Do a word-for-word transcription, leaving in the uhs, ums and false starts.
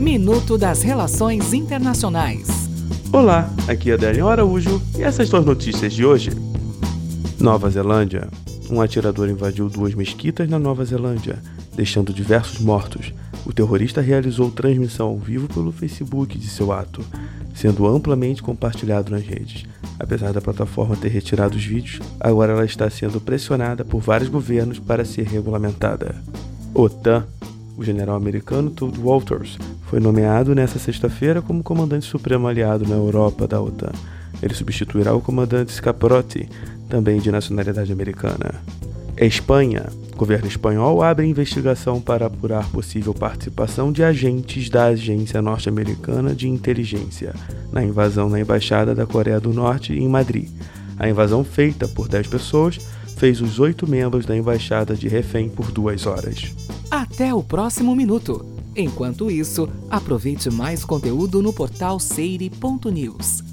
Minuto das Relações Internacionais. Olá, aqui é Adélio Araújo e essas são as notícias de hoje. Nova Zelândia. Um atirador invadiu duas mesquitas na Nova Zelândia, deixando diversos mortos. O terrorista realizou transmissão ao vivo pelo Facebook de seu ato, sendo amplamente compartilhado nas redes. Apesar da plataforma ter retirado os vídeos, agora ela está sendo pressionada por vários governos para ser regulamentada. OTAN. O general americano Todd Walters foi nomeado nesta sexta-feira como comandante supremo aliado na Europa da OTAN. Ele substituirá o comandante Scaparotti, também de nacionalidade americana. Espanha. O governo espanhol abre investigação para apurar possível participação de agentes da Agência Norte-Americana de Inteligência na invasão na Embaixada da Coreia do Norte em Madrid. A invasão, feita por dez pessoas, fez os oito membros da embaixada de refém por duas horas. Até o próximo minuto. Enquanto isso, aproveite mais conteúdo no portal seire ponto news.